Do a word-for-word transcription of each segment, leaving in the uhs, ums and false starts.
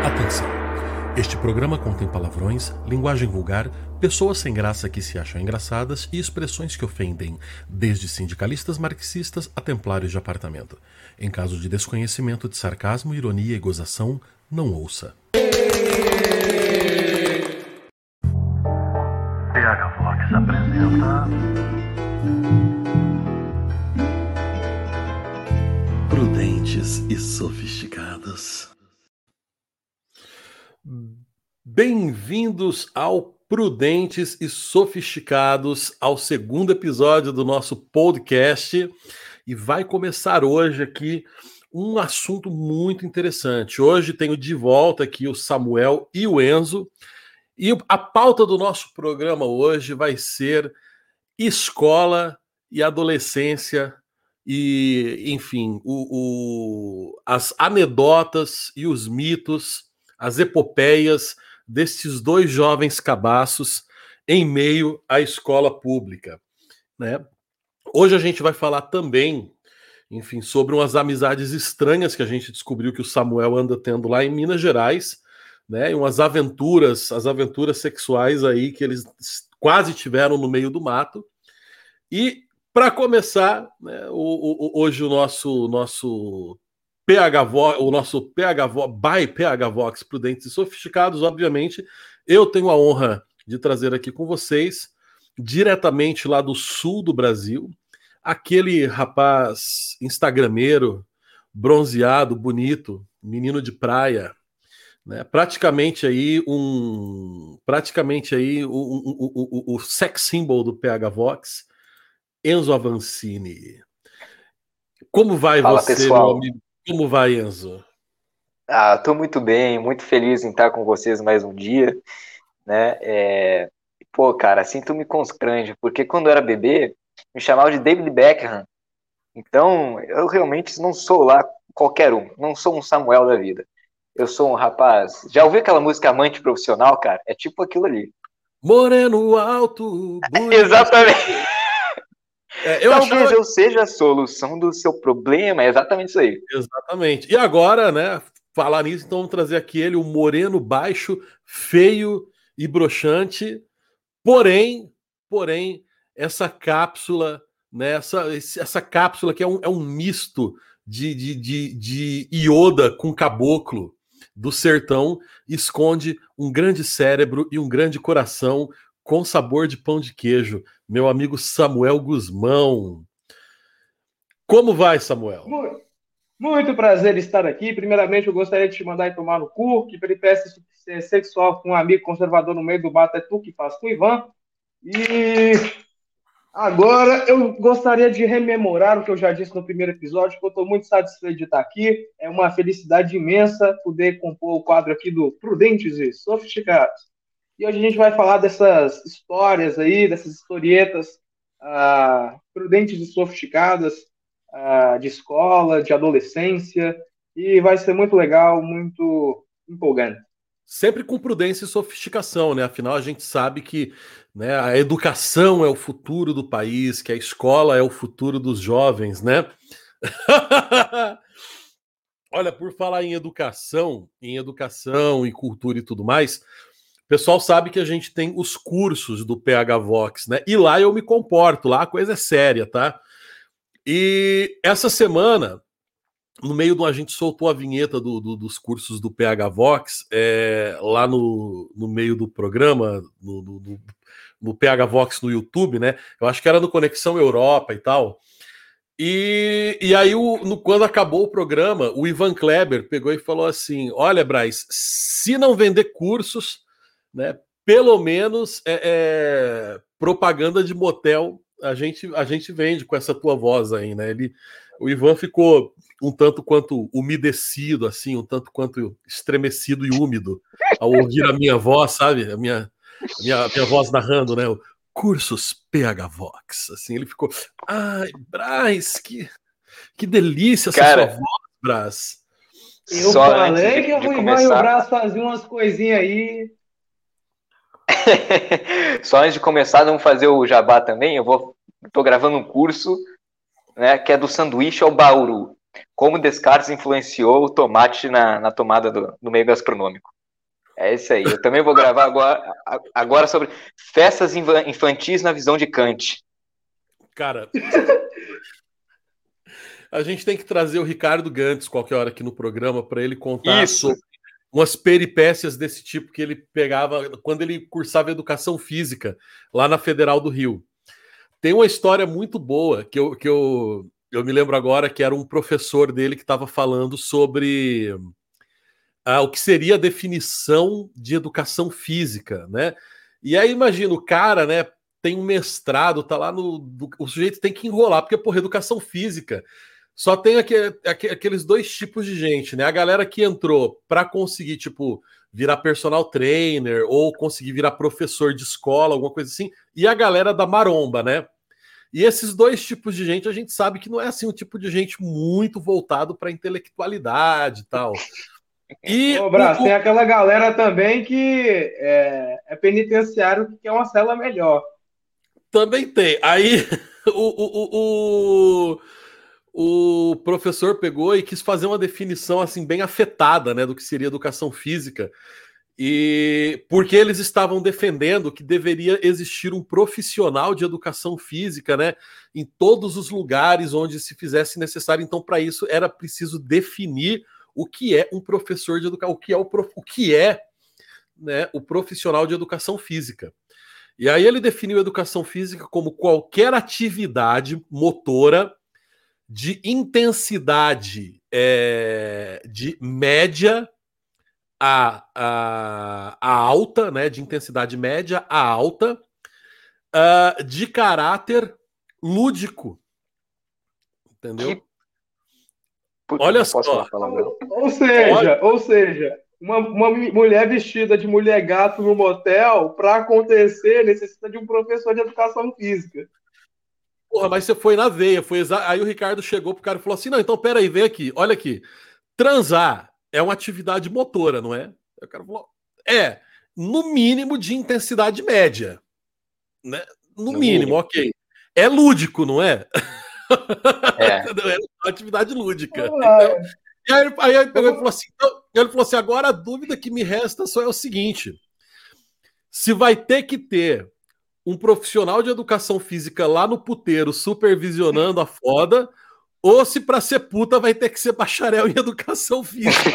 Atenção! Este programa contém palavrões, linguagem vulgar, pessoas sem graça que se acham engraçadas e expressões que ofendem, desde sindicalistas marxistas a templários de apartamento. Em caso de desconhecimento de sarcasmo, ironia e gozação, não ouça. P H Vox apresenta Prudentes e sofisticados. Bem-vindos ao Prudentes e Sofisticados, ao segundo episódio do nosso podcast. E vai começar hoje aqui um assunto muito interessante. Hoje tenho de volta aqui o Samuel e o Enzo. E a pauta do nosso programa hoje vai ser escola e adolescência e, enfim, o, o, as anedotas e os mitos, as epopeias destes dois jovens cabaços em meio à escola pública, né? Hoje a gente vai falar também, enfim, sobre umas amizades estranhas que a gente descobriu que o Samuel anda tendo lá em Minas Gerais, né? E umas aventuras, as aventuras sexuais aí que eles quase tiveram no meio do mato. E para começar, né, o, o, hoje o nosso nosso P H Vox, o nosso P H Vox, by P H Vox Prudentes e Sofisticados, obviamente, eu tenho a honra de trazer aqui com vocês, diretamente lá do sul do Brasil, aquele rapaz instagrameiro, bronzeado, bonito, menino de praia, né? Praticamente aí um, praticamente aí o, o, o, o sex symbol do P H Vox, Enzo Avancini. Como vai Fala, você, pessoal? meu amigo? Como vai, Enzo? Ah, tô muito bem, muito feliz em estar com vocês mais um dia, né? É... Pô, cara, sinto me constrange, porque quando eu era bebê, me chamavam de David Beckham. Então, eu realmente não sou lá qualquer um, não sou um Samuel da vida. Eu sou um rapaz... Já ouviu aquela música Amante Profissional, cara? É tipo aquilo ali. Moreno alto, bonito. Exatamente. É, eu Talvez achava... eu seja a solução do seu problema, é exatamente isso aí. Exatamente. E agora, né, falar nisso, então vamos trazer aqui ele, o moreno baixo, feio e broxante, porém, porém, essa cápsula, né, essa, essa cápsula que é um, é um misto de, de, de, de ioda com caboclo do sertão, esconde um grande cérebro e um grande coração com sabor de pão de queijo. Meu amigo Samuel Guzmão. Como vai, Samuel? Muito, muito prazer estar aqui. Primeiramente, eu gostaria de te mandar ir tomar no cu, que peripécia sexual com um amigo conservador no meio do mato é tu que faz com o Ivan. E agora eu gostaria de rememorar o que eu já disse no primeiro episódio, que eu estou muito satisfeito de estar aqui. É uma felicidade imensa poder compor o quadro aqui do Prudentes e Sofisticados. E hoje a gente vai falar dessas histórias aí, dessas historietas uh, prudentes e sofisticadas, uh, de escola, de adolescência, e vai ser muito legal, muito empolgante. Sempre com prudência e sofisticação, né? Afinal, a gente sabe que, né, a educação é o futuro do país, que a escola é o futuro dos jovens, né? Olha, por falar em educação, em educação e cultura e tudo mais, o pessoal sabe que a gente tem os cursos do P H Vox, né? E lá eu me comporto, lá a coisa é séria, tá? E essa semana, no meio do a gente soltou a vinheta do, do, dos cursos do P H Vox, é, lá no, no meio do programa, no, no, no P H Vox no YouTube, né? Eu acho que era no Conexão Europa e tal. E, e aí, o, no, quando acabou o programa, o Ivan Kleber pegou e falou assim: olha, Braz, se não vender cursos, né, pelo menos é, é, propaganda de motel a gente, a gente vende com essa tua voz aí, né? Ele, o Ivan ficou um tanto quanto umedecido, assim, um tanto quanto estremecido e úmido ao ouvir a minha voz, sabe? A minha, a minha, a minha voz narrando, né? Cursos P H Vox. Assim, ele ficou, ai, Braz, que, que delícia essa Cara, sua voz, Braz. Eu Só falei de, que o Ivan e o Braz faziam umas coisinhas aí. Só antes de começar, vamos fazer o jabá também. Eu vou, tô gravando um curso, né, que é do sanduíche ao Bauru. Como Descartes influenciou o tomate na, na tomada do, do meio gastronômico. É isso aí. Eu também vou gravar agora, agora sobre festas infantis na visão de Kant. Cara, a gente tem que trazer o Ricardo Gantz qualquer hora aqui no programa para ele contar Isso. sobre umas peripécias desse tipo que ele pegava quando ele cursava educação física lá na Federal do Rio. Tem uma história muito boa que eu, que eu, eu me lembro agora, que era um professor dele que estava falando sobre ah, o que seria a definição de educação física, né? E aí imagina, o cara, né, tem um mestrado, tá lá no... Do, o sujeito tem que enrolar, porque, porra, educação física só tem aquele, aqueles dois tipos de gente, né? A galera que entrou para conseguir, tipo, virar personal trainer ou conseguir virar professor de escola, alguma coisa assim, e a galera da maromba, né? E esses dois tipos de gente, a gente sabe que não é assim um tipo de gente muito voltado para intelectualidade e tal. E Ô, Brás, o, tem aquela galera também que é, é penitenciário que quer uma cela melhor. também tem. Aí o, o, o, o professor pegou e quis fazer uma definição assim bem afetada, né, do que seria educação física. E porque eles estavam defendendo que deveria existir um profissional de educação física, né, em todos os lugares onde se fizesse necessário. Então, para isso, era preciso definir o que é um professor de educação, o que é o, prof... o que é, né, o profissional de educação física. E aí ele definiu a educação física como qualquer atividade motora de intensidade é, de média A, a, a alta, né, de intensidade média a alta, uh, de caráter lúdico. Entendeu? Que... Puta, Olha não posso só. falar palavrão. Ou seja, ou seja, uma, uma mulher vestida de mulher gato no motel, para acontecer, necessita de um professor de educação física. Porra, mas você foi na veia. Foi exa... Aí o Ricardo chegou pro cara e falou assim: não, então peraí, vem aqui, olha aqui. Transar é uma atividade motora, não é? O cara falou: é, no mínimo de intensidade média. Né? No, no mínimo, mínimo, ok. É lúdico, não é? É, é uma atividade lúdica. Ah, então, e aí, aí ele pegou e falou assim: então, ele falou assim: agora a dúvida que me resta só é o seguinte: se vai ter que ter um profissional de educação física lá no puteiro supervisionando a foda, ou se para ser puta vai ter que ser bacharel em educação física.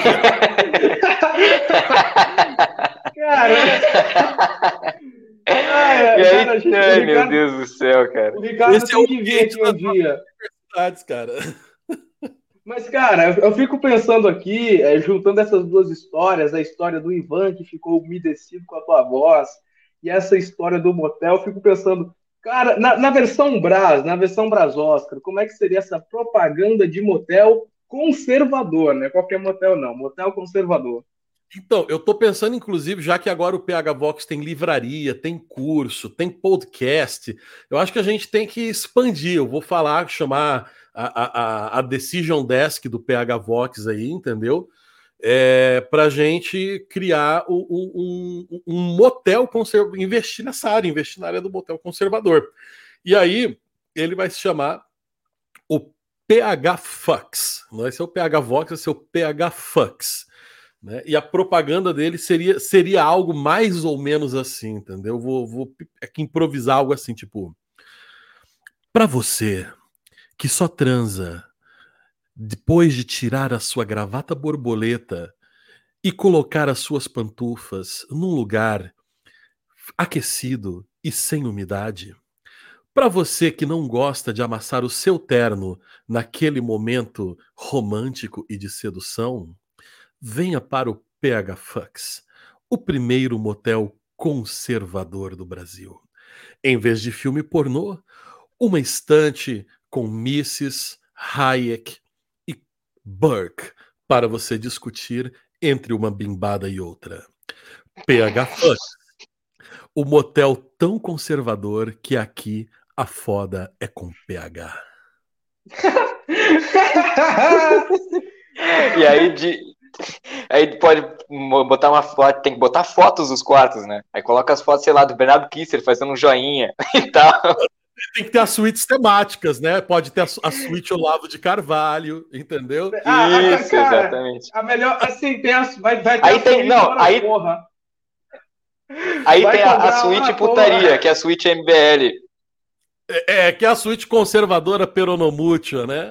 Cara, ai, e aí, cara, gente, ai, meu Ricardo, Deus do céu, cara. O Ricardo Esse tem é que vir aqui um dia. Cara. Mas, cara, eu fico pensando aqui, é, juntando essas duas histórias, a história do Ivan, que ficou umedecido com a tua voz, e essa história do motel, eu fico pensando, cara, na, na versão Brás, na versão Brás Oscar, como é que seria essa propaganda de motel conservador, né? Qualquer motel não, motel conservador. Então, eu tô pensando, inclusive, já que agora o P H Vox tem livraria, tem curso, tem podcast, eu acho que a gente tem que expandir. Eu vou falar, chamar a, a, a Decision Desk do P H Vox aí, entendeu? É, pra gente criar um, um, um motel conservador, investir nessa área, investir na área do motel conservador. E aí, ele vai se chamar o P H Vox. Não vai ser o P H Vox, vai ser o P H Vox. Né? E a propaganda dele seria, seria algo mais ou menos assim, entendeu? Vou, vou aqui improvisar algo assim, tipo: para você que só transa depois de tirar a sua gravata borboleta e colocar as suas pantufas num lugar aquecido e sem umidade, para você que não gosta de amassar o seu terno naquele momento romântico e de sedução, venha para o P H Vox, o primeiro motel conservador do Brasil. Em vez de filme pornô, uma estante com Misses, Hayek e Burke para você discutir entre uma bimbada e outra. P H Vox, o motel tão conservador que aqui a foda é com P H. E aí de... Aí pode botar uma foto, tem que botar fotos dos quartos, né? Aí coloca as fotos, sei lá, do Bernardo Kisser fazendo um joinha e tal. Tem que ter as suítes temáticas, né? Pode ter a, su- a suíte Olavo de Carvalho, entendeu? Ah, a- Isso, cara, exatamente. a melhor, assim, tem as, vai, vai ter Aí a tem, suíte não, Dona aí, Porra. aí Vai tem a, a cobrar suíte uma putaria, porra. que é a suíte M B L. É, que é a suíte conservadora peronomútil, né?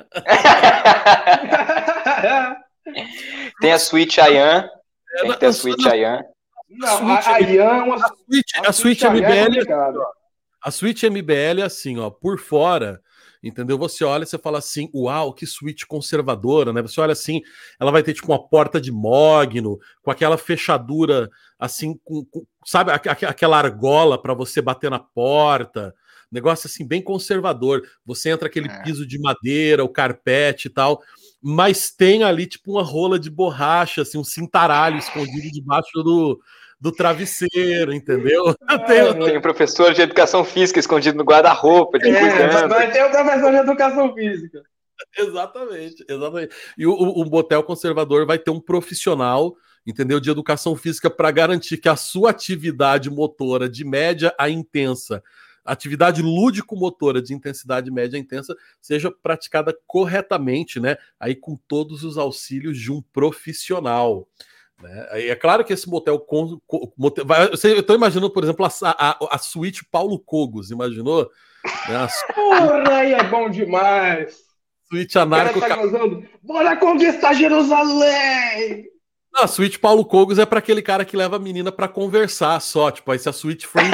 Tem a suíte Ayan, É, tem na, que ter a na- suíte na Ayan. Não, suíte, a, a Ian, é uma, a suíte, a a suíte suíte Ian é M B L, complicada. a suíte M B L é assim, ó, por fora, entendeu? Você olha e você fala assim, uau, que suíte conservadora, né? Você olha assim, ela vai ter tipo uma porta de mogno, com aquela fechadura assim, com, com- sabe, aqu- aqu- aquela argola para você bater na porta, negócio assim bem conservador. Você entra aquele É. piso de madeira, o carpete e tal, mas tem ali tipo uma rola de borracha, assim, um cintaralho escondido debaixo do do travesseiro, entendeu? Tem- Tem o professor de educação física escondido no guarda-roupa, te É, vai, cuidando. vai ter o professor de educação física. Exatamente, exatamente. E o, o, o motel conservador vai ter um profissional, entendeu, de educação física para garantir que a sua atividade motora de média a intensa, atividade lúdico-motora de intensidade média a intensa, seja praticada corretamente, né? Aí com todos os auxílios de um profissional. Né? Aí é claro que esse motel, con- co- motel vai- eu estou imaginando, por exemplo, a, a, a suíte Paulo Cogos, imaginou? Né? A Porra, aí é bom demais. suíte O cara anarco. tá gozando. Bora conquistar Jerusalém! Não, a suíte Paulo Cogos é para aquele cara que leva a menina para conversar só, tipo, aí se a suíte friend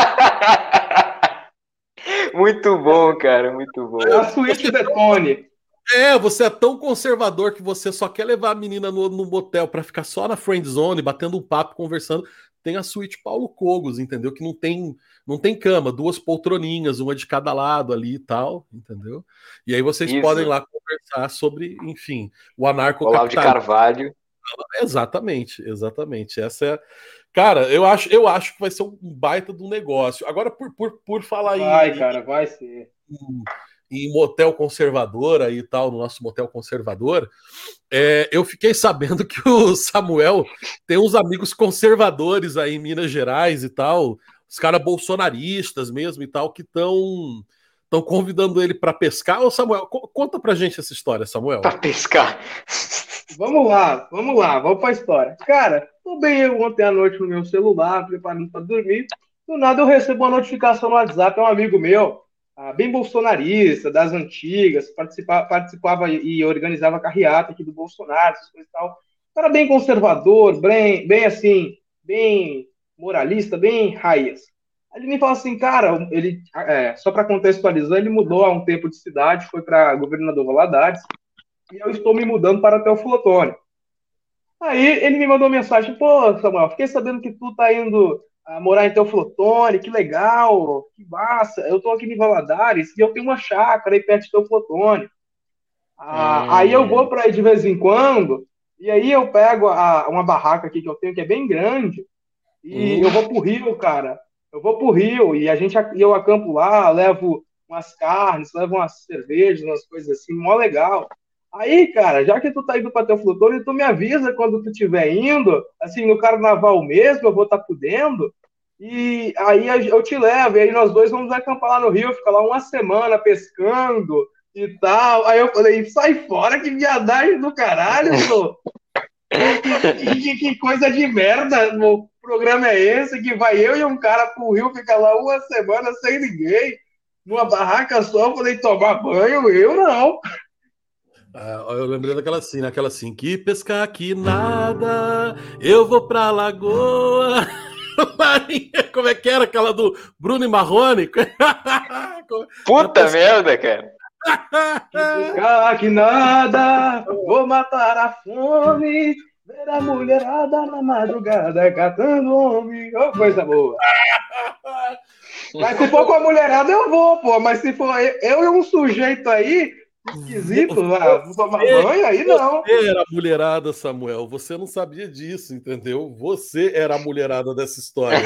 Muito bom, cara, muito bom. A suíte Detone. é, você é tão conservador que você só quer levar a menina no, no motel para ficar só na friend zone, batendo um papo, conversando. Tem a suíte Paulo Cogos, entendeu? Que não tem, não tem cama, duas poltroninhas, uma de cada lado ali e tal, entendeu? E aí vocês Isso. podem lá conversar sobre, enfim, o Olavo de anarcocapitalismo. Carvalho. Exatamente, exatamente. Essa é. Cara, eu acho, eu acho que vai ser um baita do negócio. Agora, por, por, por falar Vai, em, cara, vai ser. em, em motel conservador aí e tal, no nosso motel conservador, é, eu fiquei sabendo que o Samuel tem uns amigos conservadores aí em Minas Gerais e tal, os caras bolsonaristas mesmo e tal, que estão estão convidando ele para pescar. Ô, Samuel, co- conta pra gente essa história, Samuel. Pra pescar. Vamos lá, vamos lá, vamos pra história. Cara, tô bem eu ontem à noite no meu celular, preparando pra dormir. Do nada eu recebo uma notificação no WhatsApp, é um amigo meu, ah, bem bolsonarista, das antigas, participa, participava e e organizava carreata aqui do Bolsonaro, essas coisas e tal. Cara bem conservador, bem, bem assim, bem moralista, bem raiz. Aí ele me fala assim, cara, ele, é, só para contextualizar, ele mudou há um tempo de cidade, foi para Governador Valadares, e eu estou me mudando para Teófilo Otoni. Aí ele me mandou mensagem, pô, Samuel, fiquei sabendo que tu tá indo a morar em Teófilo Otoni, que legal, que massa. Eu tô aqui em Valadares e eu tenho uma chácara aí perto de Teófilo Otoni. Ah, Hum. Aí eu vou para aí de vez em quando, e aí eu pego a- uma barraca aqui que eu tenho, que é bem grande, e Hum. eu vou pro Rio, cara. Eu vou pro Rio e a gente, e eu acampo lá, levo umas carnes, levo umas cervejas, umas coisas assim, mó legal. Aí, cara, já que tu tá indo pra Teófilo Otoni, tu me avisa quando tu estiver indo, assim, no carnaval mesmo, eu vou estar tá podendo, e aí a- eu te levo, e aí nós dois vamos acampar lá no Rio, ficar lá uma semana pescando e tal. Aí eu falei, sai fora, que viadagem do caralho, pô. Que, que- que coisa de merda, o programa é esse, que vai eu e um cara pro Rio, fica lá uma semana sem ninguém, numa barraca só, eu falei, tomar banho? Eu não. Ah, eu lembrei daquela assim, naquela assim, que pescar aqui nada, eu vou pra lagoa. Como é que era aquela do Bruno e Marrone? Puta merda, cara. Que pescar que nada, vou matar a fome, ver a mulherada na madrugada catando homem, oh, coisa boa. Mas se for com a mulherada eu vou, pô, mas se for eu, eu e um sujeito aí, esquisito, lá, vou tomar banho, aí não. Você era a mulherada, Samuel. Você não sabia disso, entendeu? Você era a mulherada dessa história.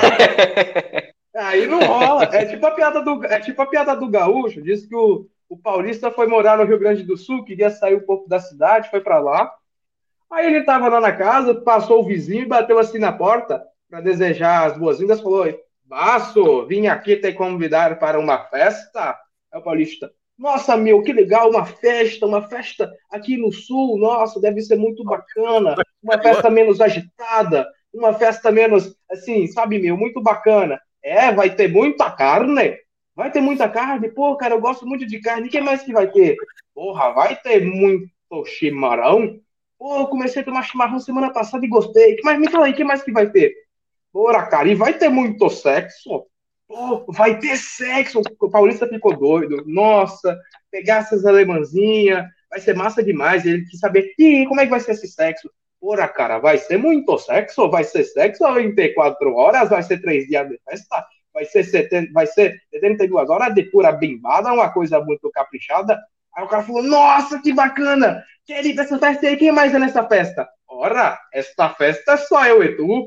Aí não rola. É tipo a piada do, é tipo a piada do gaúcho, diz que o, o paulista foi morar no Rio Grande do Sul, queria sair um pouco da cidade, foi pra lá. Aí ele tava lá na casa, passou o vizinho, bateu assim na porta para desejar as boas-vindas, falou: Baço, vim aqui te convidar para uma festa. É o paulista. Nossa, meu, que legal, uma festa, uma festa aqui no sul. Nossa, deve ser muito bacana. Uma festa menos agitada, uma festa menos, assim, sabe, meu, muito bacana. É, vai ter muita carne. Vai ter muita carne? Pô, cara, eu gosto muito de carne. E que mais que vai ter? Porra, vai ter muito chimarrão? Pô, eu comecei a tomar chimarrão semana passada e gostei. Mas me fala aí, que mais que vai ter? Porra, cara, e vai ter muito sexo? Pô, vai ter sexo. O Paulista ficou doido. Nossa, pegar essas alemãzinhas, vai ser massa demais. Ele quis saber, e como é que vai ser esse sexo? Porra, cara, vai ser muito sexo? Vai ser sexo vinte e quatro horas? Vai ser três dias de festa? Vai ser, setenta, vai ser setenta e duas horas de pura bimbada, uma coisa muito caprichada? Aí o cara falou, nossa, que bacana! Quer ir pra essa festa aí? Quem mais é nessa festa? Ora, esta festa é só eu e tu.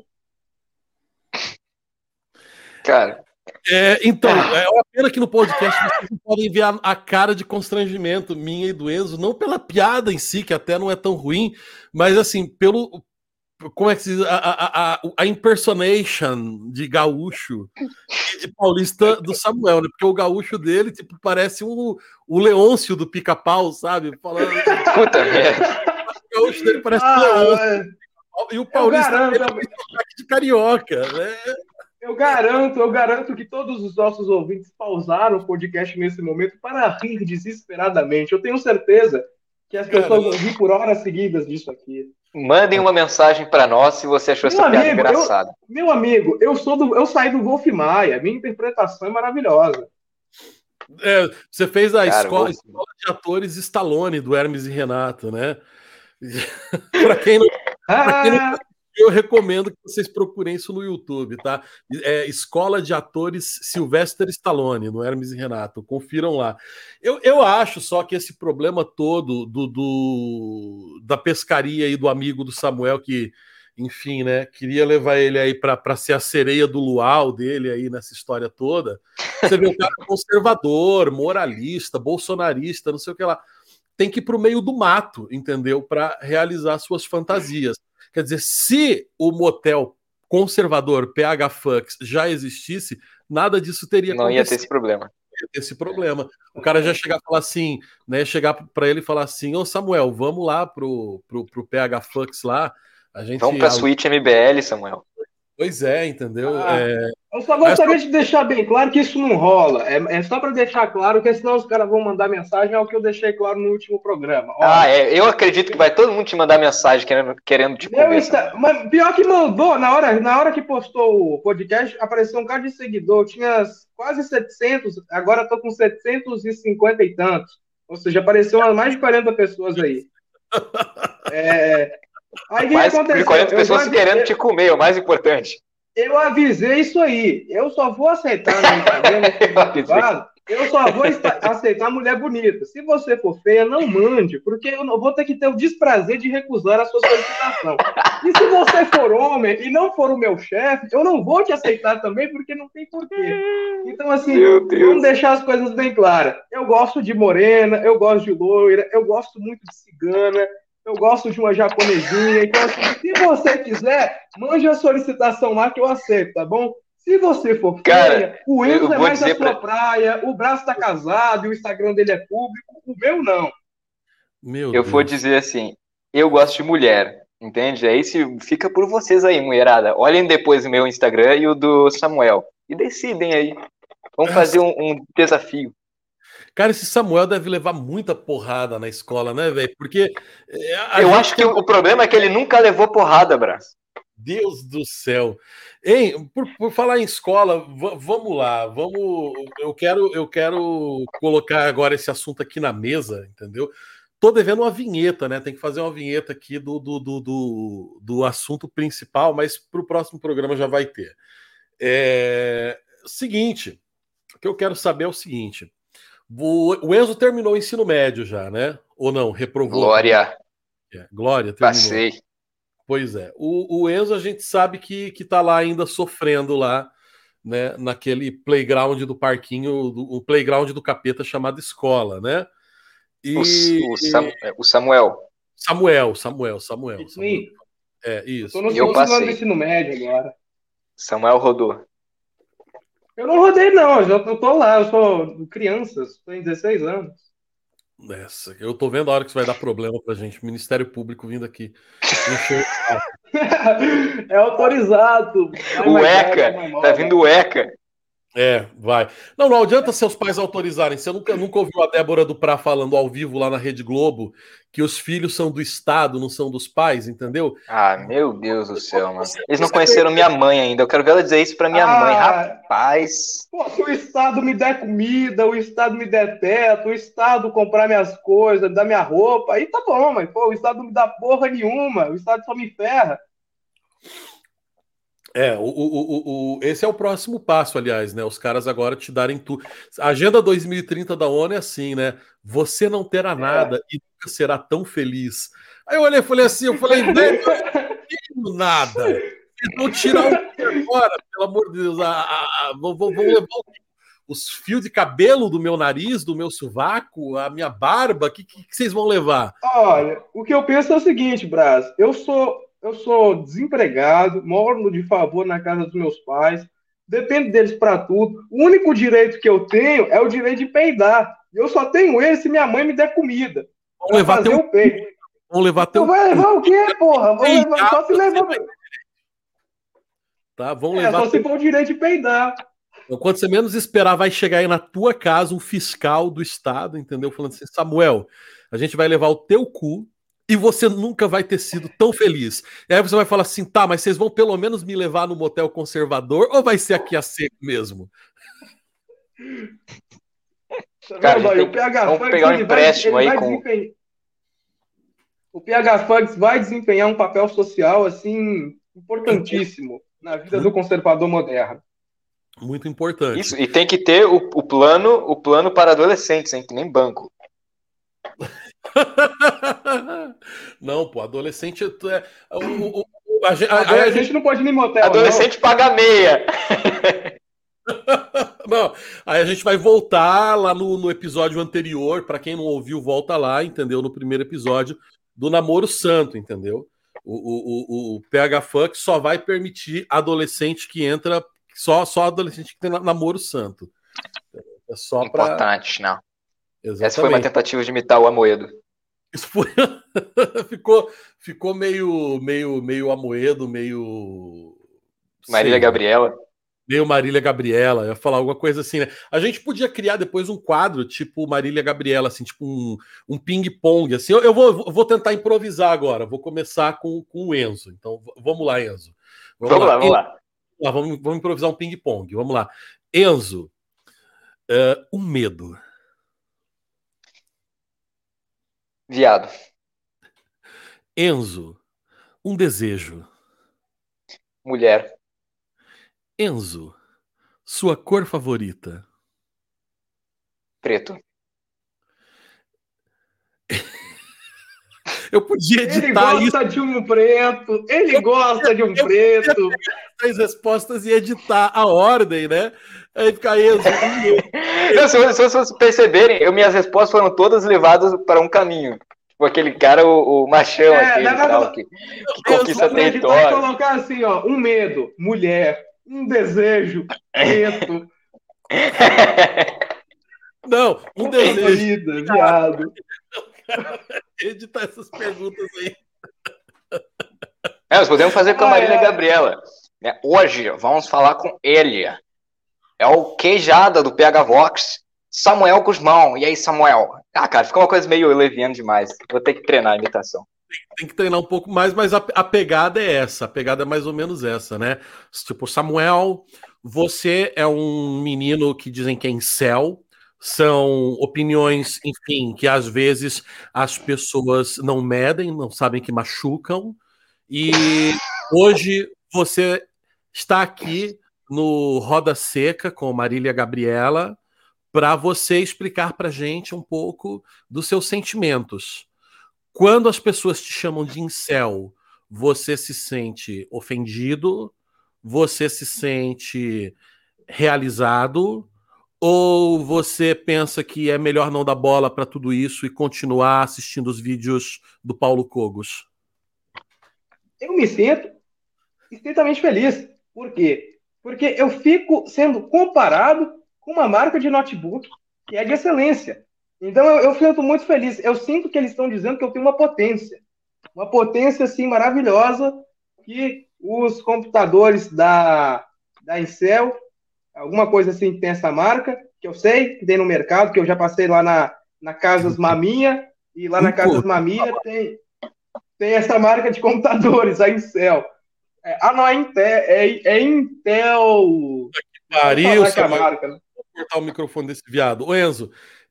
Cara. É, então, é uma pena que no podcast vocês não podem ver a, a cara de constrangimento minha e do Enzo, não pela piada em si, que até não é tão ruim, mas assim, pelo. Como é que se diz? A, a, a, a impersonation de gaúcho e de paulista do Samuel, né? Porque o gaúcho dele, tipo, parece um, o Leôncio do Pica-Pau, sabe? Falando. Puta merda. O gaúcho dele parece ah, o Leôncio. É... E o paulista dele é de carioca, né? Eu garanto, eu garanto que todos os nossos ouvintes pausaram o podcast nesse momento para rir desesperadamente. Eu tenho certeza que as pessoas vão rir por horas seguidas disso aqui. Mandem uma mensagem para nós se você achou meu essa amigo, piada engraçada. Eu, meu amigo, eu sou do, eu saí do Wolf Maia. Minha interpretação é maravilhosa. É, você fez a Cara, escola, escola de atores Stallone do Hermes e Renato, né? Para quem não, pra quem não eu recomendo que vocês procurem isso no YouTube, tá? É Escola de Atores Sylvester Stallone, no Hermes e Renato. Confiram lá. Eu, eu acho só que esse problema todo do, do da pescaria e do amigo do Samuel, que, enfim, né, queria levar ele aí para ser a sereia do luau dele aí nessa história toda. Você vê o cara conservador, moralista, bolsonarista, não sei o que lá. Tem que ir para o meio do mato, entendeu? Para realizar suas fantasias. Quer dizer, se o motel conservador P H Fux já existisse, nada disso teria Não acontecido. Ia ter esse problema. Ia ter esse problema. O cara já chegar e falar assim, né? Chegar para ele e falar assim, ô Samuel, vamos lá pro, pro, pro P H Fux lá. A gente, vamos pra a... suíte M B L, Samuel. Pois é, entendeu? Ah, é... Eu só gostaria de deixar bem claro que isso não rola. É, é só para deixar claro, porque senão os caras vão mandar mensagem ao que eu deixei claro no último programa. Olha, ah, é. Eu acredito que vai todo mundo te mandar mensagem querendo, querendo te comer. Insta... Mas pior que mandou, na hora, na hora que postou o podcast, apareceu um cara de seguidor. Tinha quase setecentos, agora estou com setecentos e cinquenta e tantos. Ou seja, apareceu mais de quarenta pessoas aí. É... Aí mais de quarenta pessoas querendo te comer, o mais importante. Eu avisei isso aí. Eu só vou aceitar no Instagram, eu só vou aceitar mulher bonita. Se você for feia, não mande, porque eu não vou ter que ter o desprazer de recusar a sua solicitação. E se você for homem e não for o meu chefe, eu não vou te aceitar também, porque não tem porquê. Então, assim, vamos deixar as coisas bem claras. Eu gosto de morena, eu gosto de loira, eu gosto muito de cigana, eu gosto de uma japonesinha. Então, assim, se você quiser, mande a solicitação lá que eu aceito, tá bom? Se você for feia, o Enzo é mais a sua pra... praia, o braço tá casado e o Instagram dele é público, o meu não. Meu eu Deus. Vou dizer assim, eu gosto de mulher, entende? Aí se fica por vocês aí, mulherada. Olhem depois o meu Instagram e o do Samuel. E decidem aí. Vamos fazer um, um desafio. Cara, esse Samuel deve levar muita porrada na escola, né, velho? Porque... Eu acho que tem... o problema é que ele nunca levou porrada, Brás. Deus do céu. Hein, por, por falar em escola, vamos lá, vamos. Eu quero, eu quero colocar agora esse assunto aqui na mesa, entendeu? Tô devendo uma vinheta, né? Tem que fazer uma vinheta aqui do, do, do, do, do assunto principal, mas para o próximo programa já vai ter. É... Seguinte, o que eu quero saber é o seguinte: o Enzo terminou o ensino médio já, né? Ou não? Reprovou? Glória. É, Glória, terminou. Passei. Pois é. O, o Enzo a gente sabe que, que tá lá ainda sofrendo lá, né? Naquele playground do parquinho, do, o playground do capeta chamado escola, né? E... O, o, Sam, o Samuel. Samuel, Samuel, Samuel. Samuel. É, isso. Eu tô no, eu passei. No ensino médio agora. Samuel rodou. Eu não rodei, não. Eu já eu tô lá, eu sou criança, tenho dezesseis anos. Essa, eu tô vendo a hora que isso vai dar problema pra gente. Ministério Público vindo aqui encher. É autorizado. Vai O mais velho, vai ECA, mais tá nova. vindo o ECA. É, vai. Não, não adianta seus pais autorizarem. Você nunca, nunca ouviu a Débora do Prá falando ao vivo lá na Rede Globo que os filhos são do Estado, não são dos pais, entendeu? Ah, meu Deus do céu, mano. Você, Eles não você tem... conheceram minha mãe ainda. Eu quero ver ela dizer isso pra minha mãe. Ah, Rapaz. pô, se o Estado me der comida, o Estado me der teto, o Estado comprar minhas coisas, dar minha roupa, aí tá bom, mas pô, o Estado não me dá porra nenhuma, o Estado só me ferra. É, o, o, o, o, esse é o próximo passo, aliás, né? Os caras agora te darem tudo. A Agenda dois mil e trinta da ONU é assim, né? Você não terá É. nada e nunca será tão feliz. Aí eu olhei e falei assim, eu falei, velho, eu não tenho nada. Vocês vão tirar o que agora, pelo amor de Deus? A, a, a, vão, vão vão levar os fios de cabelo do meu nariz, do meu sovaco, a minha barba, o que, que, que vocês vão levar? Olha, o que eu penso é o seguinte, Braz, eu sou, eu sou desempregado, moro de favor na casa dos meus pais, dependo deles para tudo. O único direito que eu tenho é o direito de peidar. Eu só tenho ele se minha mãe me der comida Vão para levar fazer teu o peido. vão levar Então teu vai levar o quê, porra? Vão levar, peidar, só se você levar. vai- tá? Vão É, levar só se teu... for o direito de peidar. Então, quando você menos esperar, vai chegar aí na tua casa um fiscal do estado, entendeu? Falando assim, Samuel, a gente vai levar o teu cu e você nunca vai ter sido tão feliz. E aí você vai falar assim, tá, mas vocês vão pelo menos me levar no motel conservador ou vai ser aqui a seco mesmo? Tá Cara, a vendo gente aí? tem O que... PH Vamos Funks, pegar um ele vai, empréstimo ele aí vai com... desempenhar. O PH Funks vai desempenhar um papel social, assim, importantíssimo na vida do Muito, conservador moderno. muito importante. Isso, e tem que ter o, o plano o plano para adolescentes, hein? Que nem banco. Não, pô, adolescente é. O, o, o, a, gente, a, Agora a a gente, gente não pode ir em motel, Adolescente paga meia. não, aí a gente vai voltar lá no, no episódio anterior. Para quem não ouviu, volta lá, entendeu? No primeiro episódio do Namoro Santo, entendeu? O, o, o, o P H Funk só vai permitir adolescente que entra, só, só adolescente que tem namoro santo. É só para. Importante, não. Essa foi uma Exatamente. tentativa de imitar o Amoedo. Isso foi. ficou, ficou meio, meio, meio Amoedo, meio. Marília Sei lá. Gabriela. Meio Marília Gabriela, eu ia falar alguma coisa assim, né? A gente podia criar depois um quadro, tipo Marília Gabriela, assim, tipo um, um ping-pong, assim. Eu, eu, vou, eu vou tentar improvisar agora, vou começar com, com o Enzo. Então, v- vamos lá, Enzo. Vamos, Vamos lá, vamos Enzo, lá. lá, vamos, vamos improvisar um ping-pong. Vamos lá. Enzo, é, um medo. Viado. Enzo, um desejo. Mulher. Enzo, sua cor favorita. Preto. Eu podia Ele editar isso. gosta de um preto, ele gosta de um eu preto. As respostas e editar a ordem, né? Aí fica Enzo, um medo. Não, se, vocês, se vocês perceberem, eu, minhas respostas foram todas levadas para um caminho. Tipo aquele cara, o, o machão, É, aquele leva- tal, que, que conquista Pode editar e território. colocar assim, ó, um medo, mulher, um desejo, preto, Não, um desejo. favorita, viado. Editar essas perguntas aí. É, nós podemos fazer com a Ah, Marília é. Gabriela. Né? Hoje, vamos falar com ele. É o queijada do P H Vox, Samuel Guzmão. E aí, Samuel? Ah, cara, fica uma coisa meio leviana demais. Vou ter que treinar a imitação. Tem que treinar um pouco mais, mas a, a pegada é essa. A pegada é mais ou menos essa, né? Tipo, Samuel, você é um menino que dizem que é incel. São opiniões, enfim, que às vezes as pessoas não medem, não sabem que machucam. E hoje você está aqui no Roda Seca com Marília Gabriela para você explicar para gente um pouco dos seus sentimentos. Quando as pessoas te chamam de incel, você se sente ofendido, você se sente realizado, ou você pensa que é melhor não dar bola para tudo isso e continuar assistindo os vídeos do Paulo Cogos? Eu me sinto extremamente feliz. Por quê? Porque eu fico sendo comparado com uma marca de notebook que é de excelência. Então eu, eu fico muito feliz. Eu sinto que eles estão dizendo que eu tenho uma potência. Uma potência, assim, maravilhosa que os computadores da, da Incel, alguma coisa assim que tem essa marca, que eu sei, que tem no mercado, que eu já passei lá na, na Casas Mamiya, e lá na Casas Mamiya tem, tem essa marca de computadores, a Incel. É, ah, não, é Intel. É, é Intel. Pariu, que é a marca, né? Vou cortar o microfone desse viado. Ô, Enzo,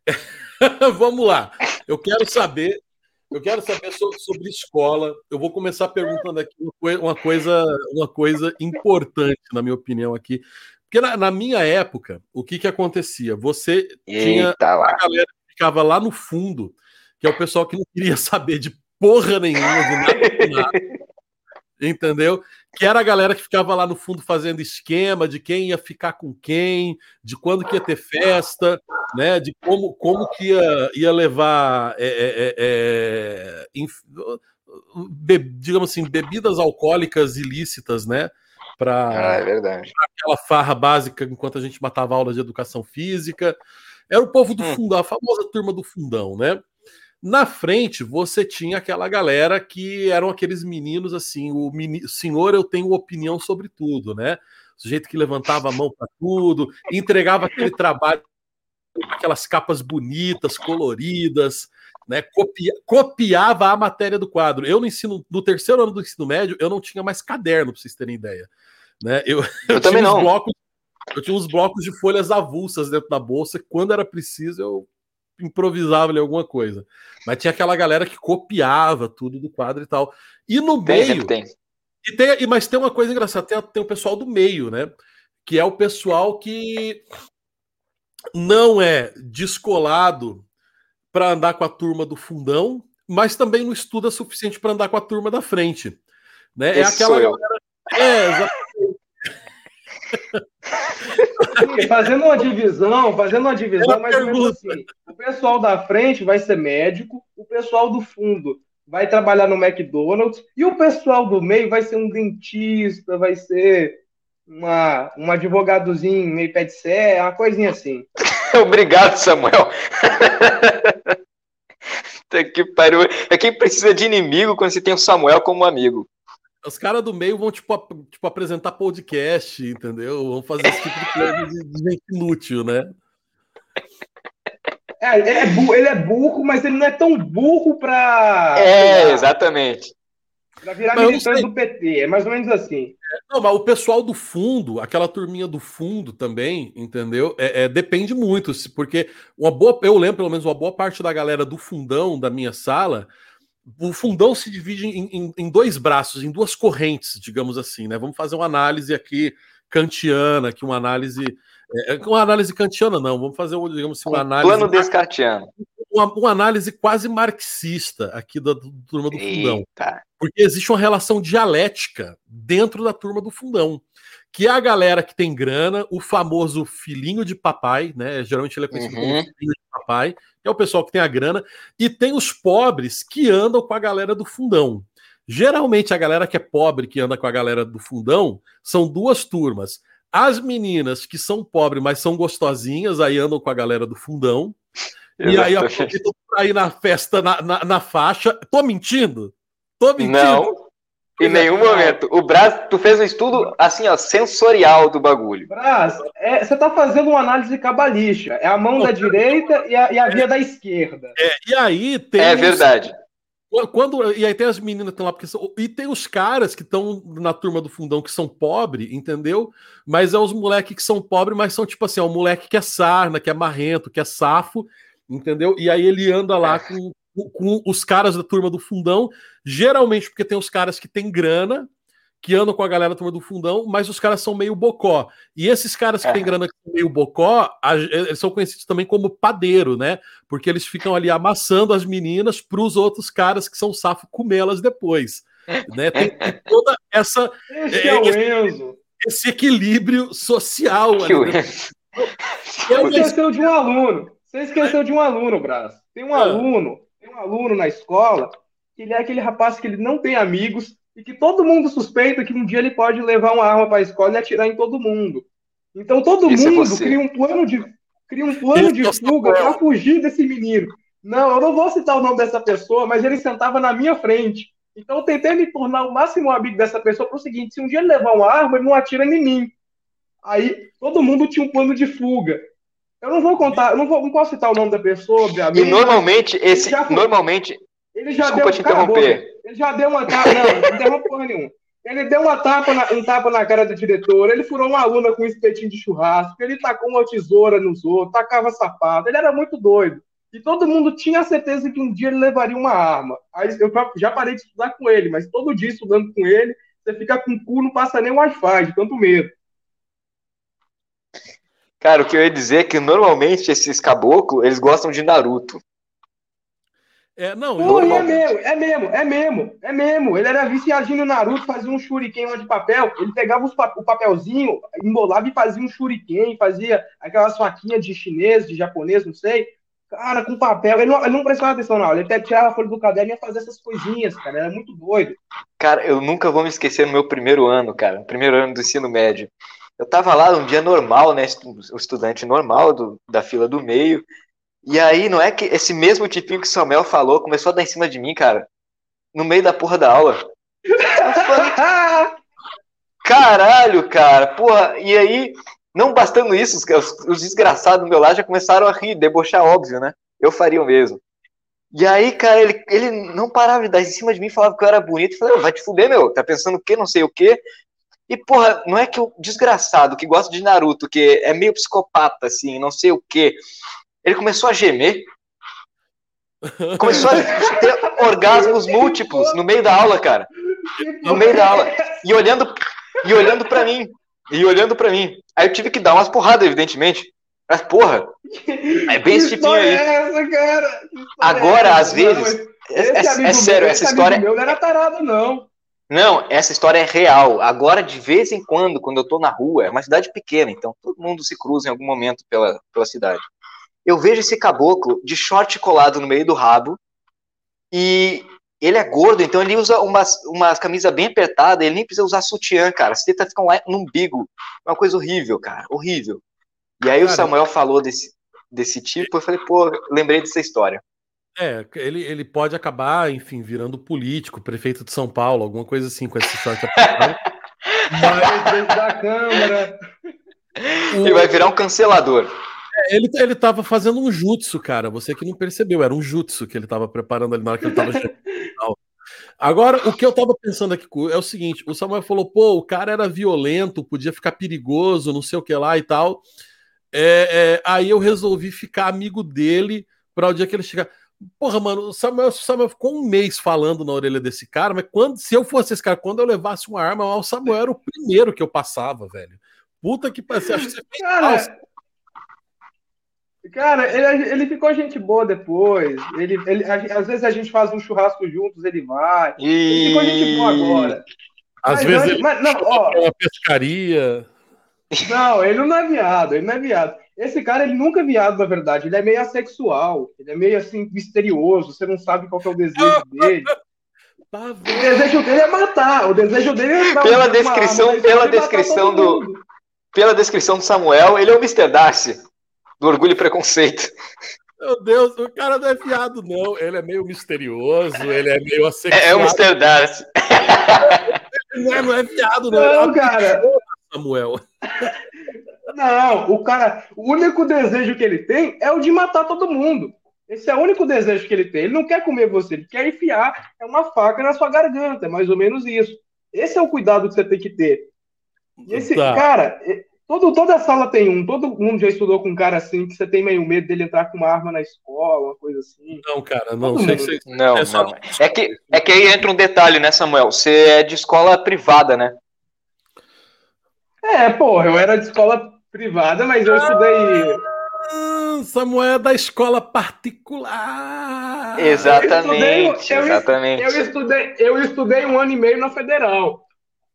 vamos lá. Eu quero saber, eu quero saber sobre, sobre escola. Eu vou começar perguntando aqui uma coisa, uma coisa importante, na minha opinião, aqui. Porque na, na minha época, o que que acontecia? Você tinha Eita lá. a galera que ficava lá no fundo, que é o pessoal que não queria saber de porra nenhuma, de nada, de nada. Entendeu? Que era a galera que ficava lá no fundo fazendo esquema de quem ia ficar com quem, de quando que ia ter festa, né? De como, como que ia, ia levar, é, é, é, inf... Be... digamos assim, bebidas alcoólicas ilícitas, né? Para ah, é verdade. aquela farra básica enquanto a gente matava aula de educação física. Era o povo do hum. fundão, a famosa turma do fundão, né? Na frente, você tinha aquela galera que eram aqueles meninos assim, o meni... senhor, eu tenho opinião sobre tudo, né? O sujeito que levantava a mão para tudo, entregava aquele trabalho, aquelas capas bonitas, coloridas, né? Copia... Copiava a matéria do quadro. Eu no ensino, no terceiro ano do ensino médio, eu não tinha mais caderno, para vocês terem ideia, né? Eu, eu, eu também tinha uns não. blocos, eu tinha uns blocos de folhas avulsas dentro da bolsa. Quando era preciso, eu improvisava ali alguma coisa. Mas tinha aquela galera que copiava tudo do quadro e tal. E no tem, meio... tem. E tem, mas tem uma coisa engraçada, tem, tem o pessoal do meio, né? Que é o pessoal que não é descolado para andar com a turma do fundão, mas também não estuda suficiente para andar com a turma da frente. Né? É aquela galera... É, exatamente. Sim, fazendo uma divisão, fazendo uma divisão mais ou menos assim. O pessoal da frente vai ser médico, o pessoal do fundo vai trabalhar no McDonald's e o pessoal do meio vai ser um dentista, vai ser uma, um advogadozinho meio pé de serra, uma coisinha assim. Obrigado, Samuel. Que pariu. É quem precisa de inimigo quando você tem o Samuel como amigo. Os caras do meio vão, tipo, ap tipo, apresentar podcast, entendeu? Vão fazer esse tipo de coisa de, de gente inútil, né? É, ele é, burro, ele é burro, mas ele não é tão burro pra... É, pra, exatamente. Pra virar militante do P T, é mais ou menos assim. Não, mas o pessoal do fundo, aquela turminha do fundo também, entendeu? É, é, depende muito, porque uma boa, eu lembro, pelo menos, uma boa parte da galera do fundão da minha sala... O fundão se divide em, em, em dois braços, em duas correntes, digamos assim, né? Vamos fazer uma análise aqui kantiana, aqui uma análise, é, uma análise kantiana não, vamos fazer, digamos assim, uma análise plano descartiano, uma, uma análise quase marxista aqui da, da turma do fundão, Eita. Porque existe uma relação dialética dentro da turma do fundão, que é a galera que tem grana, o famoso filhinho de papai, né? Geralmente ele é conhecido uhum. como filhinho de papai, que é o pessoal que tem a grana, e tem os pobres que andam com a galera do fundão. Geralmente a galera que é pobre, que anda com a galera do fundão, são duas turmas. As meninas que são pobres, mas são gostosinhas, aí andam com a galera do fundão, Exatamente. E aí aproveitam pra ir na festa, na, na, na faixa. Tô mentindo? Tô mentindo? Não. Em nenhum momento. O Braz, tu fez um estudo assim, ó, sensorial do bagulho. Braz, é, você tá fazendo uma análise cabalística. É a mão da direita e a, e a via da esquerda. É, e aí tem. É verdade. Os, quando, e aí tem as meninas que estão lá, porque são, e tem os caras que estão na turma do fundão que são pobres, entendeu? Mas é os moleques que são pobres, mas são tipo assim, é um moleque que é sarna, que é marrento, que é safo, entendeu? E aí ele anda lá com. com os caras da turma do fundão, geralmente porque tem os caras que têm grana, que andam com a galera da turma do fundão, mas os caras são meio bocó. E esses caras que é. têm grana que são meio bocó, eles são conhecidos também como padeiro, né? Porque eles ficam ali amassando as meninas para os outros caras que são safo comê-las depois. Né? Tem, tem toda essa... Esse é o Enzo. Esse equilíbrio social. Que ali, né? Você esqueceu de um aluno. Você esqueceu de um aluno, Braz. Tem um é. aluno... Tem um aluno na escola que ele é aquele rapaz que ele não tem amigos, e que todo mundo suspeita que um dia ele pode levar uma arma para a escola e atirar em todo mundo. Então todo Esse é mundo você. cria um plano de, cria um plano Esse de é o fuga Samuel. para fugir desse menino. Não, eu não vou citar o nome dessa pessoa, mas ele sentava na minha frente. Então eu tentei me tornar o máximo amigo dessa pessoa para o seguinte: se um dia ele levar uma arma, ele não atira em mim. Aí todo mundo tinha um plano de fuga. Eu não vou contar, eu não, vou, não posso citar o nome da pessoa, E obviamente. normalmente, mas ele esse. já foi- Normalmente. ele já Desculpa deu, te cala a boca. interromper. Ele já deu uma tapa. Não, não interrompe porra nenhuma. Ele deu uma tapa na, um tapa na cara do diretor, ele furou uma aluna com um espetinho de churrasco, ele tacou uma tesoura nos outros, tacava sapato, ele era muito doido. E todo mundo tinha a certeza que um dia ele levaria uma arma. Aí eu já parei de estudar com ele, mas todo dia estudando com ele, você fica com o cu, não passa nem Wi-Fi, de tanto medo. Cara, o que eu ia dizer é que normalmente esses caboclos, eles gostam de Naruto. É, não, Pô, e é Normalmente. mesmo, é mesmo, é mesmo, é mesmo. Ele era viciadinho no Naruto, fazia um shuriken lá de papel. Ele pegava os pa- o papelzinho, embolava e fazia um shuriken, fazia aquelas faquinhas de chinês, de japonês, não sei. Cara, com papel. Ele não, ele não prestava atenção na aula. Ele até tirava a folha do caderno e ia fazer essas coisinhas, cara. Era muito doido. Cara, eu nunca vou me esquecer no meu primeiro ano, cara. No primeiro ano do ensino médio. Eu tava lá num dia normal, né? O estudante normal do, da fila do meio. E aí, não é que esse mesmo tipinho que o Samuel falou começou a dar em cima de mim, cara. No meio da porra da aula. Eu falei, caralho, cara. Porra, e aí, não bastando isso, os, os desgraçados do meu lado já começaram a rir, debochar, óbvio, né? Eu faria o mesmo. E aí, cara, ele, ele não parava de dar em cima de mim, falava que eu era bonito. Eu falei, vai te fuder, meu. Tá pensando o quê? Não sei o quê. E, porra, não é que o desgraçado que gosta de Naruto, que é meio psicopata, assim, não sei o quê. Ele começou a gemer. Começou a ter orgasmos múltiplos no meio da aula, cara. No meio da aula. E olhando, e olhando pra mim. E olhando pra mim. Aí eu tive que dar umas porradas, evidentemente. Mas, porra, é bem esse tipinho aí. Que história é essa, cara? Que história Agora, é essa? às vezes, Não, é, esse é- amigo é sério, meu, essa esse história. amigo meu não era tarado, não. Não, essa história é real. Agora, de vez em quando, quando eu tô na rua, é uma cidade pequena, então todo mundo se cruza em algum momento pela, pela cidade. Eu vejo esse caboclo de short colado no meio do rabo e ele é gordo, então ele usa umas, umas camisa bem apertada, ele nem precisa usar sutiã, cara. As tetas ficam lá no umbigo. É uma coisa horrível, cara, horrível. E aí Cara, o Samuel falou desse, desse tipo, eu falei, pô, lembrei dessa história. É, ele, ele pode acabar, enfim, virando político, prefeito de São Paulo, alguma coisa assim, com esse short apertado. Mas Presidente da Câmara. o- Ele vai virar um cancelador. ele, ele tava fazendo um jutsu, cara. Você que não percebeu, era um jutsu que ele tava preparando ali na hora que ele tava chegando e tal. Agora, o que eu tava pensando aqui é o seguinte: o Samuel falou, pô, o cara era violento, podia ficar perigoso, não sei o que lá e tal. É, é, aí eu resolvi ficar amigo dele para o dia que ele chegar. Porra, mano, o Samuel, o Samuel ficou um mês falando na orelha desse cara, mas quando, se eu fosse esse cara, quando eu levasse uma arma, o Samuel era o primeiro que eu passava, velho. Puta que pariu, acho que você fez mal. Cara, cara ele, ele ficou gente boa depois. Ele, ele, a- às vezes a gente faz um churrasco juntos, ele vai. Ele ficou gente boa E agora. Às Mas vezes antes, ele mas, não, chama ó, pra uma pescaria. não, ele não é viado, ele não é viado. Esse cara, ele nunca é viado, na verdade. Ele é meio assexual. Ele é meio assim, misterioso. Você não sabe qual que é o desejo dele. Tá O vendo? desejo dele é matar. O desejo dele é entrar Pela com uma arma descrição- na escola pela e matar descrição todo do- mundo. pela descrição do Samuel, ele é o mister Darcy, do Orgulho e Preconceito. Meu Deus, o cara não é viado, não. Ele é meio misterioso, ele é meio É, assexual. é o mister Darcy. Ele não é, não é viado, não. Ele é Não, uma cara. pessoa, Samuel. Não, o cara, o único desejo que ele tem é o de matar todo mundo. Esse é o único desejo que ele tem. Ele não quer comer você, ele quer enfiar uma faca na sua garganta, é mais ou menos isso. Esse é o cuidado que você tem que ter. E esse, Tá. cara, é- todo, toda sala tem um, todo mundo já estudou com um cara assim, que você tem meio medo dele entrar com uma arma na escola, uma coisa assim. Não, cara, não Todo sei mundo. se. Não, É só- não. É que, é que aí entra um detalhe, né, Samuel? Você é de escola privada, né? É, porra, eu era de escola privada, mas eu estudei. Ah, Samuel é da escola particular. Exatamente, eu, estudei, exatamente. eu, estudei, eu estudei um ano e meio na Federal.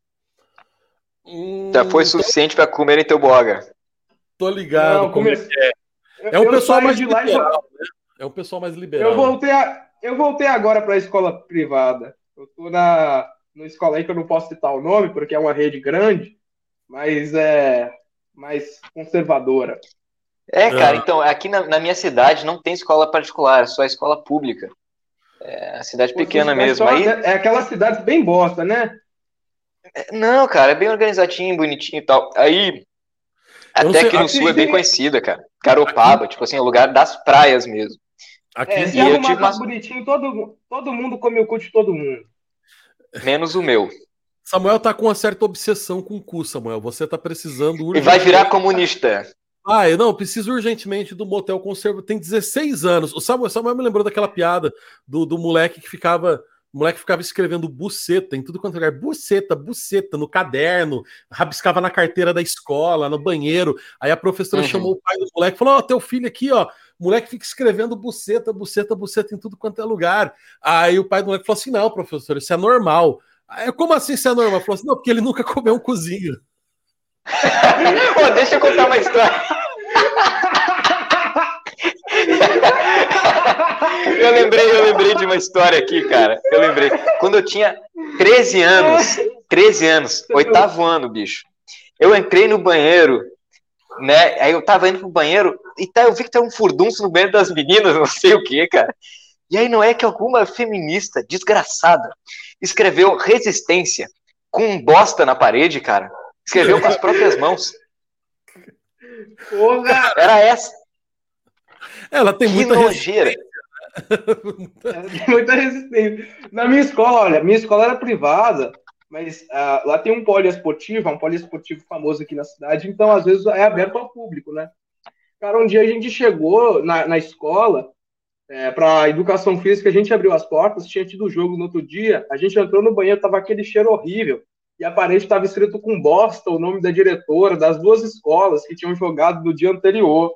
Hum, Já foi tô, suficiente pra comer em teu boga. tô ligado. Não, como é comecei. que é. É um eu pessoal saí mais de lá e vou- liberal, né? É um pessoal mais liberal. eu voltei, a, eu voltei agora para a escola privada. Eu tô na, numa escola aí que eu não posso citar o nome, porque é uma rede grande, mas é mais conservadora. É, cara, então, aqui na, na minha cidade não tem escola particular, é só escola pública. É a cidade pequena mesmo. Só, aí... É aquela cidade bem bosta, né? Não, cara, é bem organizadinho, bonitinho e tal. Aí, até sei, aqui no aqui, sul é bem conhecida, cara. Garopaba, aqui... tipo assim, é o lugar das praias mesmo. Aqui, é, se arrumar tudo uma... bonitinho, todo, todo mundo come o cu de todo mundo. Menos o meu. Samuel tá com uma certa obsessão com o cu, Samuel. Você tá precisando urgentemente... E vai virar comunista. Ah, eu não, preciso urgentemente do motel conservador. Tem dezesseis anos. O Samuel, Samuel me lembrou daquela piada do, do moleque que ficava... O moleque ficava escrevendo buceta em tudo quanto é lugar. Buceta, buceta, no caderno, rabiscava na carteira da escola, no banheiro. Aí a professora uhum. chamou o pai do moleque e falou: ó, oh, teu filho aqui, ó. O moleque fica escrevendo buceta, buceta, buceta em tudo quanto é lugar. Aí o pai do moleque falou assim: não, professor, isso é normal. Aí, como assim isso é normal? Ele falou assim: não, porque ele nunca comeu um cozinho. Pô, deixa eu contar uma história. Eu lembrei, eu lembrei de uma história aqui, cara. Eu lembrei. Quando eu tinha treze anos, treze anos, oitavo ano, bicho. Eu entrei no banheiro, né? Aí eu tava indo pro banheiro e tá, eu vi que tem um furdunço no banheiro das meninas, não sei o que, cara. E aí não é que alguma feminista desgraçada escreveu resistência com um bosta na parede, cara. Escreveu com as próprias mãos. Porra! Era essa. Ela tem que muita nojeira. Ela tem muita resistência. Na minha escola, olha, minha escola era privada, mas uh, lá tem um poliesportivo, um poliesportivo famoso aqui na cidade, então às vezes é aberto ao público, né? Cara, um dia a gente chegou na, na escola, é, para educação física, a gente abriu as portas, tinha tido jogo no outro dia, a gente entrou no banheiro, tava aquele cheiro horrível, e a parede estava escrito com bosta o nome da diretora das duas escolas que tinham jogado no dia anterior.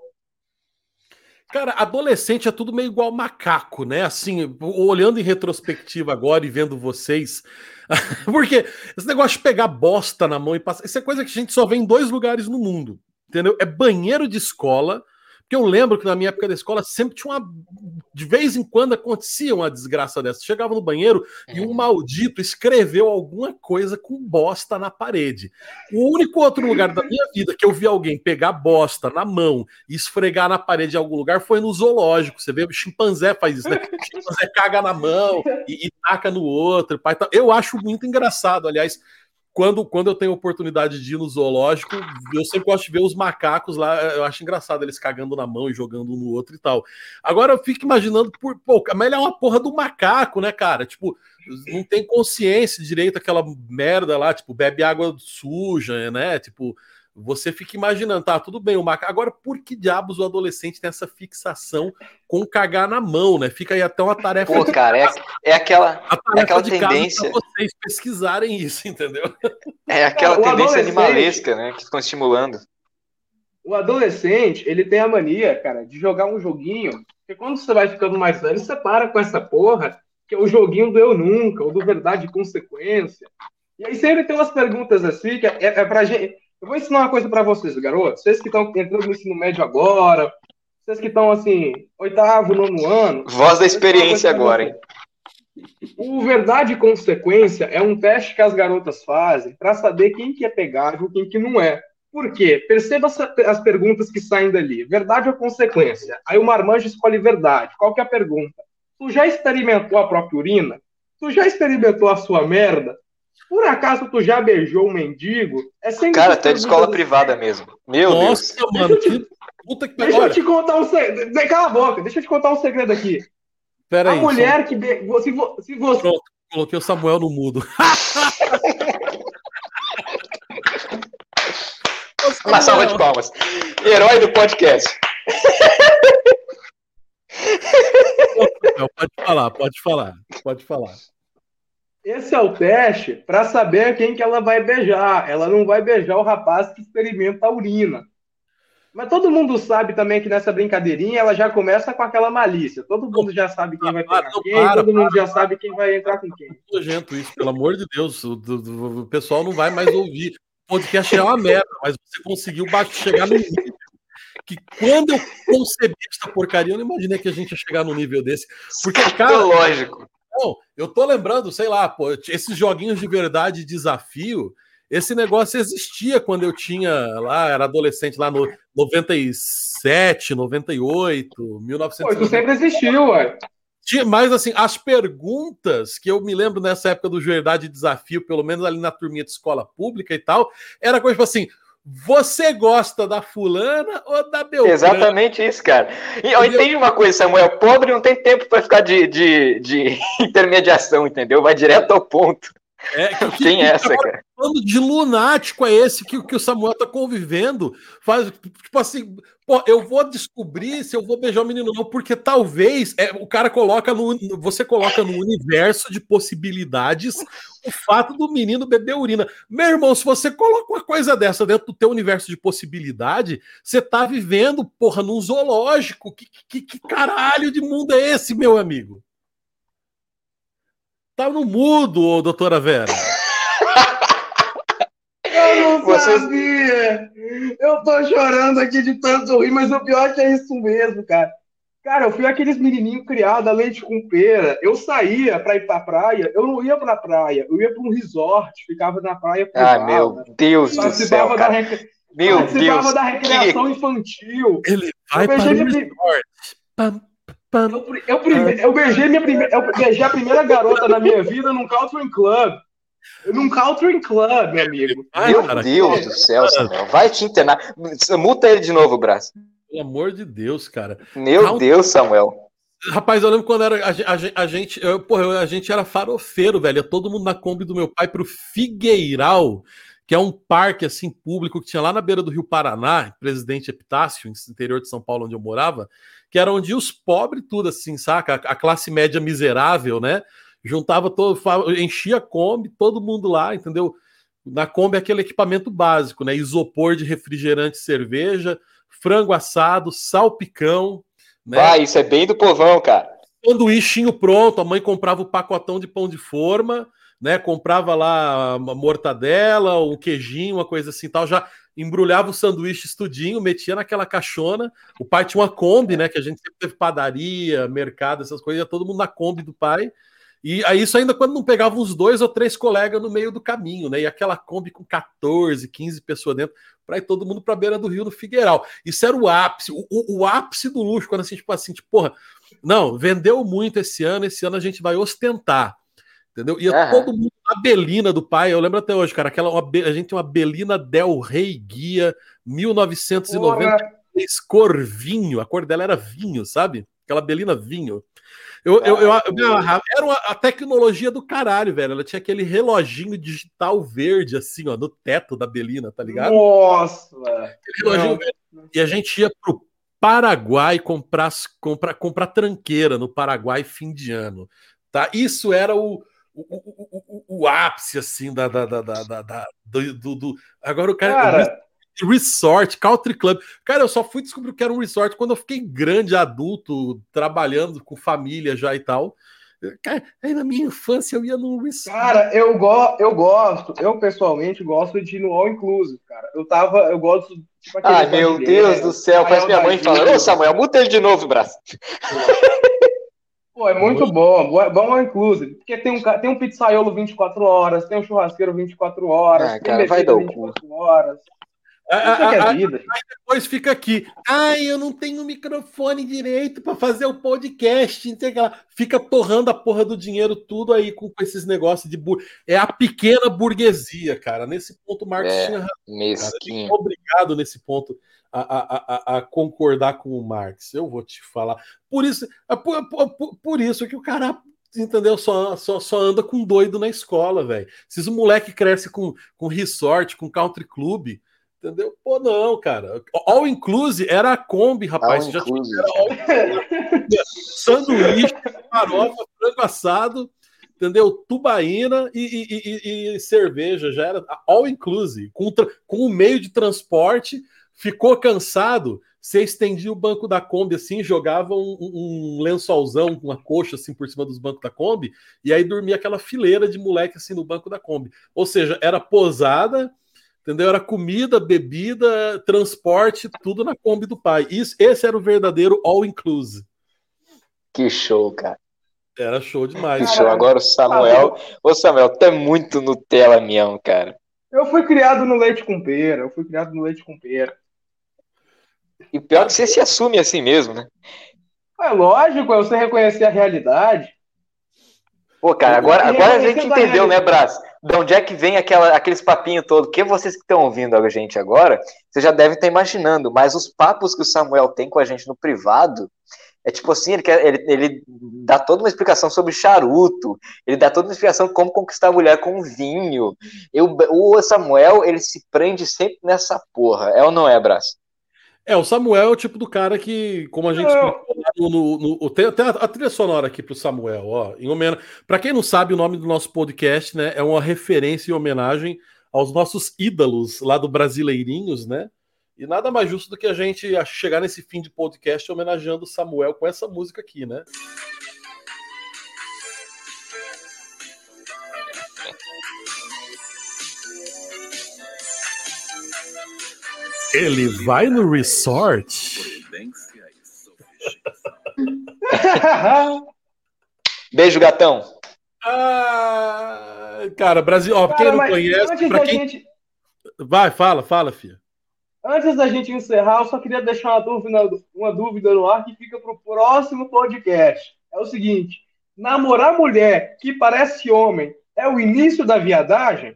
Cara, adolescente é tudo meio igual macaco, né? Assim, olhando em retrospectiva agora e vendo vocês. Porque esse negócio de pegar bosta na mão e passar. Isso é coisa que a gente só vê em dois lugares no mundo. Entendeu? É banheiro de escola. Porque eu lembro que na minha época da escola sempre tinha uma. De vez em quando acontecia uma desgraça dessa. Chegava no banheiro e um maldito escreveu alguma coisa com bosta na parede. O único outro lugar da minha vida que eu vi alguém pegar bosta na mão e esfregar na parede em algum lugar foi no zoológico. Você vê, o chimpanzé faz isso, né? O chimpanzé caga na mão e, e taca no outro. Pai, eu acho muito engraçado, aliás. Quando, quando eu tenho oportunidade de ir no zoológico, eu sempre gosto de ver os macacos lá, eu acho engraçado eles cagando na mão e jogando um no outro e tal. Agora eu fico imaginando, por, pô, mas ele é uma porra do macaco, né, cara? Tipo, não tem consciência direito aquela merda lá, tipo, bebe água suja, né? Tipo, você fica imaginando, tá, tudo bem, o macaco. Agora, por que diabos o adolescente tem essa fixação com cagar na mão, né? Fica aí até uma tarefa. Pô, cara, é, é aquela, é aquela tendência. Pra vocês pesquisarem isso, entendeu? É aquela cara, tendência animalesca, né? Que estão estimulando. O adolescente, ele tem a mania, cara, de jogar um joguinho. Porque quando você vai ficando mais velho, você para com essa porra, que é o joguinho do eu nunca, ou do verdade e consequência. E aí sempre tem umas perguntas assim, que é, é pra gente. Eu vou ensinar uma coisa para vocês, garotos. Vocês que estão entrando no ensino médio agora, vocês que estão, assim, oitavo, nono ano... Voz da experiência agora, hein? O verdade e consequência é um teste que as garotas fazem para saber quem que é pegável e quem que não é. Por quê? Perceba as perguntas que saem dali. Verdade ou consequência? Aí o marmanjo escolhe verdade. Qual que é a pergunta? Tu já experimentou a própria urina? Tu já experimentou a sua merda? Por acaso tu já beijou um mendigo? É sempre Cara, tu é de escola privada mesmo. Meu Nossa, Deus. mano, deixa eu te, puta que deixa eu te contar um segredo. Cala a boca, deixa eu te contar um segredo aqui. Pera a aí, mulher só... que... Be... Se, vo... se você... Pronto, coloquei o Samuel no mudo. Uma salva de palmas. Herói do podcast. Pode falar, pode falar, pode falar. Esse é o teste para saber quem que ela vai beijar. Ela não vai beijar o rapaz que experimenta a urina. Mas todo mundo sabe também que nessa brincadeirinha ela já começa com aquela malícia. Todo mundo já sabe quem vai pegar não, quem, para, todo mundo para, já para, sabe quem vai entrar com quem. É nojento isso, pelo amor de Deus. O, o, o pessoal não vai mais ouvir. O podcast é uma merda, mas você conseguiu chegar no nível que quando eu concebi essa porcaria, eu não imaginei que a gente ia chegar num nível desse. Porque, cara, lógico. Bom, eu tô lembrando, sei lá, pô, esses joguinhos de verdade e desafio, esse negócio existia quando eu tinha lá, era adolescente, lá no noventa e sete, noventa e oito, Pô, mil novecentos e isso noventa. sempre existiu, ué. Tinha, mas assim, as perguntas que eu me lembro nessa época do Verdade e Desafio, pelo menos ali na turminha de escola pública e tal, era coisa tipo assim: você gosta da fulana ou da Beltrana? Exatamente isso, cara. E ó, entende uma coisa, Samuel? Pobre não tem tempo para ficar de, de, de intermediação, entendeu? Vai direto ao ponto. É, Não que, tem que, essa, cara. Falando de lunático é esse que, que o Samuel tá convivendo? Faz, tipo assim, pô, eu vou descobrir se eu vou beijar o menino ou não, porque talvez é, o cara coloca no. Você coloca no universo de possibilidades o fato do menino beber urina. Meu irmão, se você coloca uma coisa dessa dentro do teu universo de possibilidade, você tá vivendo, porra, num zoológico. Que, que, que caralho de mundo é esse, meu amigo? Tá no mudo, doutora Vera. Eu não Vocês- sabia! Eu tô chorando aqui de tanto rir, mas o pior é que é isso mesmo, cara. Cara, eu fui aqueles menininhos criados a leite com pera. Eu saía pra ir pra praia, eu não ia pra praia, eu ia pra um resort, ficava na praia Ah, privada. meu Deus do céu, Participava da, cara. recre... Meu participava Deus. da recreação infantil. Ele vai Eu beijei para o minha pri- resort. Pam, pam. Eu, pri- eu, prime- eu beijei minha primeira, eu beijei a primeira garota da minha vida num country club. Num country club, meu amigo. Ai, Meu cara, Deus do céu, Samuel. Vai te internar. Multa ele de novo, Brás. pelo amor de Deus, cara. Meu Country- Deus, Samuel. Rapaz, eu lembro quando era, a, gen- a gen- a gente, eu, porra, eu- a gente era farofeiro, velho. Ia todo mundo na Kombi do meu pai pro Figueiral, que é um parque assim público que tinha lá na beira do Rio Paraná, Presidente Epitácio, no interior de São Paulo, onde eu morava, que era onde os pobres tudo assim, saca? A, a classe média miserável, né? Juntava todo, fa- enchia a Kombi, todo mundo lá, entendeu? Na Kombi é aquele equipamento básico, né? Isopor de refrigerante, e cerveja, frango assado, salpicão, né? Vai, isso é bem do povão, cara. Sanduichinho pronto, a mãe comprava o pacotão de pão de forma, né? Comprava lá uma mortadela, um queijinho, uma coisa assim tal, já embrulhava o sanduíche estudinho, metia naquela caixona. O pai tinha uma Kombi, né? Que a gente sempre teve padaria, mercado, essas coisas, ia todo mundo na Kombi do pai. E aí, isso ainda quando não pegava uns dois ou três colegas no meio do caminho, né? E aquela Kombi com quatorze, quinze pessoas dentro, para ir todo mundo para a beira do rio no Figueiral. Isso era o ápice, o, o, o ápice do luxo, quando assim, tipo assim, tipo, porra, não, vendeu muito esse ano, esse ano a gente vai ostentar, entendeu? Ia Aham. todo mundo na Belina do pai, eu lembro até hoje, cara, aquela, uma, Be- a gente tinha uma Belina Del Rey Guia, mil novecentos e noventa e três, cor vinho, a cor dela era vinho, sabe? Aquela Belina vinho. Eu, eu, eu, eu me amarrava. Era uma, a tecnologia do caralho, velho. Ela tinha aquele reloginho digital verde, assim, ó, no teto da Belina, tá ligado? Nossa! Aquele reloginho Não. verde. E a gente ia pro Paraguai comprar, as- comprar, comprar tranqueira no Paraguai fim de ano. Tá? Isso era o, o, o, o, o- o ápice, assim, da, da, da, da, da- da- do, do, do- Agora o cara. Cara, Resort, Country Club. Cara, eu só fui descobrir o que era um resort quando eu fiquei grande, adulto, trabalhando com família já e tal. Cara, aí na minha infância eu ia num resort. cara, eu, go eu gosto, eu pessoalmente gosto de ir no All Inclusive, cara. Eu tava, eu gosto, tipo aquele Ai, meu Deus do céu. Parece minha mãe falando. Ô, Samuel, muta ele de novo, Brás. Pô, é muito bom, bom, bom All Inclusive. Porque tem um, ca- tem um pizzaiolo vinte e quatro horas, tem um churrasqueiro vinte e quatro horas, Ah, tem cara, vai bebida dar o vinte e quatro horas. Isso é que é vida. Depois fica aqui. Ai, eu não tenho microfone direito para fazer o podcast. Não sei o que lá. Fica torrando a porra do dinheiro tudo aí com, com esses negócios de. bur- É a pequena burguesia, cara. Nesse ponto, o Marx É, tinha razão. mesquinho. Obrigado nesse ponto a, a, a, a concordar com o Marx. Eu vou te falar. Por isso, é por, por, por isso que o cara, entendeu? Só, só, só anda com doido na escola, velho. Se o moleque cresce com, com resort, com country club, entendeu? Pô, não, cara. All inclusive era a Kombi, rapaz. All Já tinha inclusive. sanduíche, farofa, frango assado, entendeu? Tubaína e, e, e, e cerveja, já era all inclusive. Com, com o meio de transporte, ficou cansado, você estendia o banco da Kombi assim, jogava um, um lençolzão, uma coxa assim por cima dos bancos da Kombi, e aí dormia aquela fileira de moleque assim no banco da Kombi. Ou seja, era posada, entendeu? Era comida, bebida, transporte, tudo na Kombi do pai. Isso, esse era o verdadeiro all inclusive. Que show, cara. Era show demais. Show. Agora o Samuel. Ô, Samuel, tu é muito Nutella mesmo, cara. Eu fui criado no leite com pera. Eu fui criado no leite com pera. E pior que você se assume assim mesmo, né? É lógico, é você reconhecer a realidade. Pô, cara, agora, E agora a gente reconhecendo a entendeu, né, realidade. Brás? De onde é que vem aquela, aqueles papinhos todos? Porque vocês que estão ouvindo a gente agora, vocês já devem estar imaginando, mas os papos que o Samuel tem com a gente no privado, é tipo assim, ele, quer, ele, ele dá toda uma explicação sobre charuto, ele dá toda uma explicação de como conquistar a mulher com vinho. Eu, o Samuel, ele se prende sempre nessa porra. É ou não é, Brás? É, o Samuel é o tipo do cara que, como a gente Não. explicou lá no, no, no- tem até a trilha sonora aqui pro Samuel, ó, em homenagem. Para quem não sabe, o nome do nosso podcast, né, é uma referência e homenagem aos nossos ídolos lá do Brasileirinhos, né? E nada mais justo do que a gente chegar nesse fim de podcast homenageando o Samuel com essa música aqui, né? Ele vai no resort. Beijo, gatão. Ah, cara, Brasil, ó, pra quem Cara, não mas conhece, antes pra da quem... gente, Vai, fala, fala, filha. antes da gente encerrar, eu só queria deixar uma dúvida, uma dúvida no ar que fica para o próximo podcast. É o seguinte: namorar mulher que parece homem é o início da viadagem?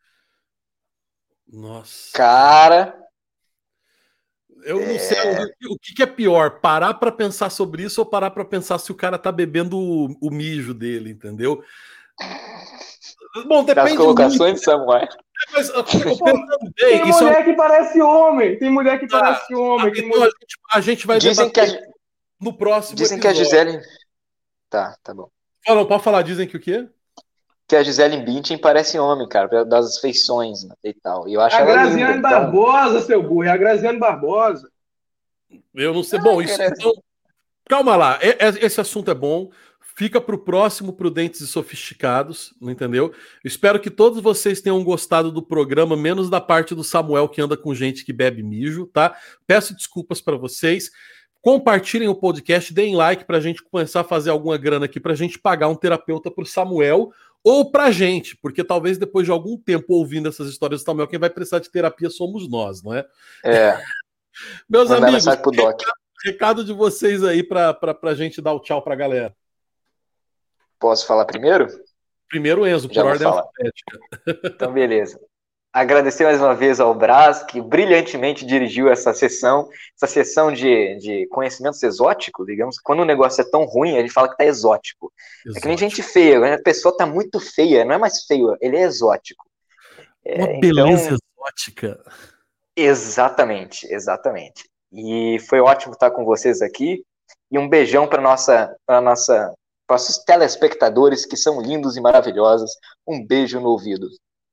Nossa. Cara, Eu não sei o, o que, que é pior, parar pra pensar sobre isso ou parar pra pensar se o cara tá bebendo o, o mijo dele, entendeu? Bom, das depende colocações muito, de Samuel. mas eu fico pensando Tem bem, isso é um- mulher que parece homem, tem mulher que parece homem. Tem então a mulher... gente, a gente vai Dizem que, debater a, no próximo dizem que a episódio. Gisele. Tá, tá bom. Fala, pode falar, dizem que o quê? Que a Gisele Bündchen parece homem, cara, das feições, né, e tal. E eu acho A ela linda. Graziane Então, Barbosa, seu burro, é a Graziane Barbosa. Eu não sei. Bom, isso cara, então. Calma lá, e- e- esse assunto é bom. Fica para o próximo Prudentes e Sofisticados, não entendeu? Espero que todos vocês tenham gostado do programa, menos da parte do Samuel que anda com gente que bebe mijo, tá? Peço desculpas para vocês. Compartilhem o podcast, deem like para a gente começar a fazer alguma grana aqui, para a gente pagar um terapeuta para o Samuel ou para a gente, porque talvez depois de algum tempo ouvindo essas histórias do Samuel, quem vai precisar de terapia somos nós, não é? é, Meus mandar amigos, mensagem pro Doc. recado de vocês aí para a gente dar o tchau para a galera. Posso falar primeiro? Primeiro Enzo, Já por vou ordem falar. alfabética. Então, beleza. Agradecer mais uma vez ao Brás, que brilhantemente dirigiu essa sessão, essa sessão de, de conhecimentos exóticos, digamos. Quando o negócio é tão ruim, a gente fala que tá exótico. É que nem gente feia, a pessoa tá muito feia, não é mais feio, ele é exótico. É, Uma beleza então, exótica. exatamente, exatamente. E foi ótimo estar com vocês aqui. E um beijão para nossa, para nossa, nossos telespectadores que são lindos e maravilhosos. Um beijo no ouvido.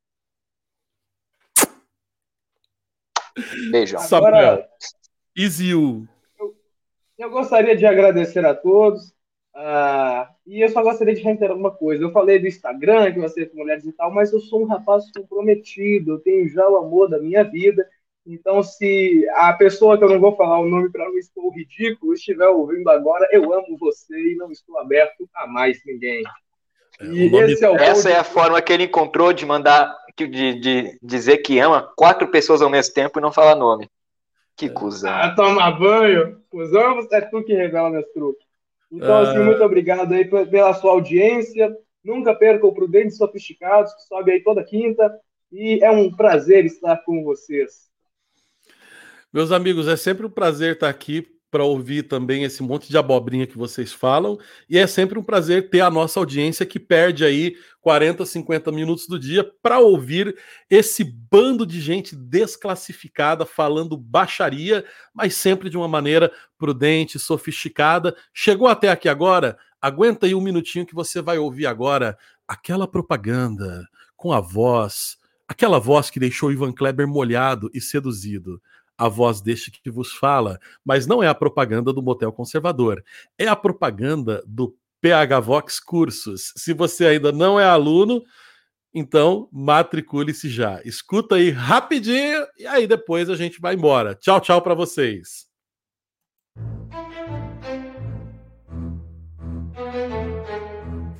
Beijão. Samuel, Agora, easy you. eu gostaria de agradecer a todos. ah, e eu só gostaria de reiterar uma coisa. Eu falei do Instagram, que você tem mulheres e tal, mas eu sou um rapaz comprometido. Eu tenho já o amor da minha vida. Então, se a pessoa que eu não vou falar o nome para não expor o ridículo estiver ouvindo agora, eu amo você e não estou aberto a mais ninguém. É, E o nome- esse é o Essa é a forma que ele encontrou de mandar, de, de dizer que ama quatro pessoas ao mesmo tempo e não falar nome. Que cuzão. Ah, toma banho. Cusão, é tu que revela meus truques. Então, assim, Ah. muito obrigado aí pe- pela sua audiência. Nunca perca o Prudentes Sofisticados, que sobe aí toda quinta. E é um prazer estar com vocês. Meus amigos, é sempre um prazer estar aqui para ouvir também esse monte de abobrinha que vocês falam. E é sempre um prazer ter a nossa audiência que perde aí quarenta, cinquenta minutos do dia para ouvir esse bando de gente desclassificada falando baixaria, mas sempre de uma maneira prudente, sofisticada. Chegou até aqui agora? Aguenta aí um minutinho que você vai ouvir agora aquela propaganda com a voz, aquela voz que deixou Ivan Kleber molhado e seduzido. A voz deste que vos fala, mas não é a propaganda do Motel Conservador, é a propaganda do P H Vox Cursos. Se você ainda não é aluno, então matricule-se já. Escuta aí rapidinho e aí depois a gente vai embora. Tchau, tchau para vocês.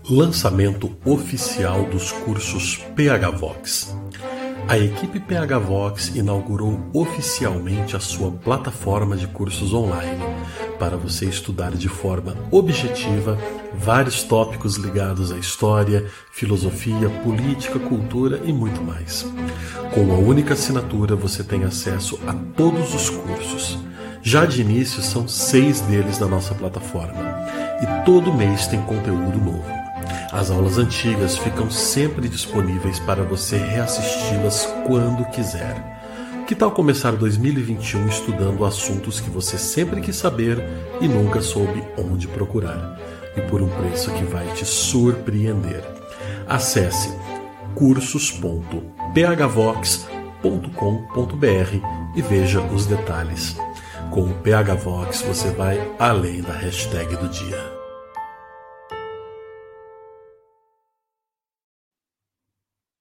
Lançamento oficial dos cursos PHVox. A equipe PHVox inaugurou oficialmente a sua plataforma de cursos online para você estudar de forma objetiva vários tópicos ligados à história, filosofia, política, cultura e muito mais. Com uma única assinatura você tem acesso a todos os cursos. Já de início são seis deles na nossa plataforma e todo mês tem conteúdo novo. As aulas antigas ficam sempre disponíveis para você reassisti-las quando quiser. Que tal começar dois mil e vinte e um estudando assuntos que você sempre quis saber e nunca soube onde procurar? E por um preço que vai te surpreender. Acesse cursos ponto p h vox ponto com ponto b r e veja os detalhes. Com o PHVox você vai além da hashtag do dia.